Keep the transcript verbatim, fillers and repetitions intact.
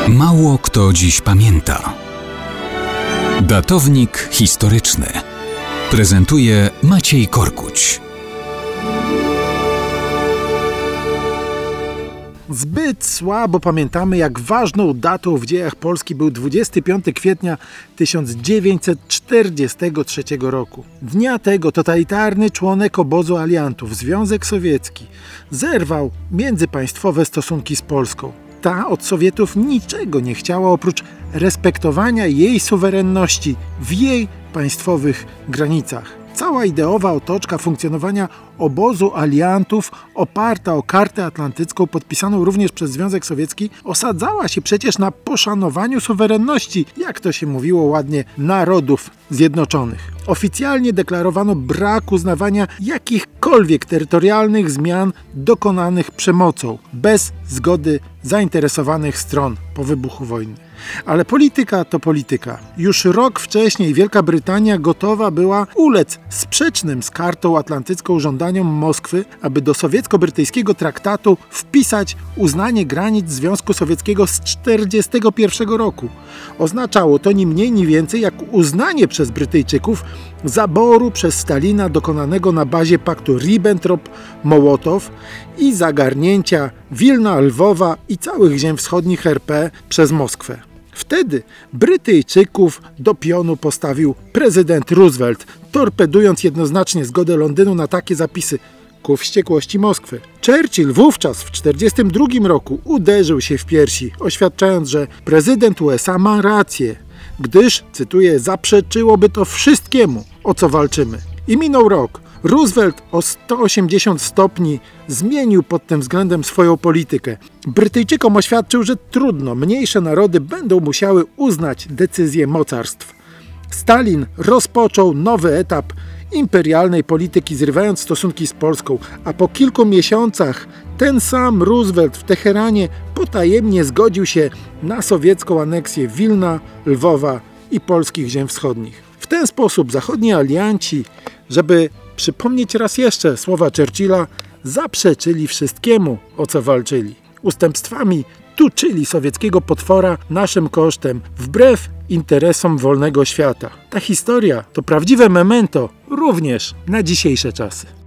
Mało kto dziś pamięta. Datownik historyczny prezentuje Maciej Korkuć. Zbyt słabo pamiętamy, jak ważną datą w dziejach Polski był dwudziestego piątego kwietnia tysiąc dziewięćset czterdziestego trzeciego roku. Dnia tego totalitarny członek obozu aliantów, Związek Sowiecki, zerwał międzypaństwowe stosunki z Polską. Ta od Sowietów niczego nie chciała oprócz respektowania jej suwerenności w jej państwowych granicach. Cała ideowa otoczka funkcjonowania obozu aliantów, oparta o kartę atlantycką podpisaną również przez Związek Sowiecki, osadzała się przecież na poszanowaniu suwerenności, jak to się mówiło ładnie, narodów zjednoczonych. Oficjalnie deklarowano brak uznawania jakichkolwiek terytorialnych zmian dokonanych przemocą, bez zgody zainteresowanych stron po wybuchu wojny. Ale polityka to polityka. Już rok wcześniej Wielka Brytania gotowa była ulec sprzecznym z kartą atlantycką żądaniom Moskwy, aby do sowiecko-brytyjskiego traktatu wpisać uznanie granic Związku Sowieckiego z tysiąc dziewięćset czterdziestego pierwszego roku. Oznaczało to ni mniej ni więcej jak uznanie przez Brytyjczyków zaboru przez Stalina dokonanego na bazie paktu Ribbentrop-Mołotow i zagarnięcia Wilna, Lwowa i całych ziem wschodnich R P przez Moskwę. Wtedy Brytyjczyków do pionu postawił prezydent Roosevelt, torpedując jednoznacznie zgodę Londynu na takie zapisy ku wściekłości Moskwy. Churchill wówczas w tysiąc dziewięćset czterdziestym drugim roku uderzył się w piersi, oświadczając, że prezydent U S A ma rację, gdyż, cytuję, zaprzeczyłoby to wszystkiemu, o co walczymy. I minął rok. Roosevelt o sto osiemdziesiąt stopni zmienił pod tym względem swoją politykę. Brytyjczykom oświadczył, że trudno, mniejsze narody będą musiały uznać decyzje mocarstw. Stalin rozpoczął nowy etap imperialnej polityki, zrywając stosunki z Polską, a po kilku miesiącach ten sam Roosevelt w Teheranie potajemnie zgodził się na sowiecką aneksję Wilna, Lwowa i polskich ziem wschodnich. W ten sposób zachodni alianci, żeby przypomnieć raz jeszcze słowa Churchilla, zaprzeczyli wszystkiemu, o co walczyli. Ustępstwami tuczyli sowieckiego potwora naszym kosztem, wbrew interesom wolnego świata. Ta historia to prawdziwe memento również na dzisiejsze czasy.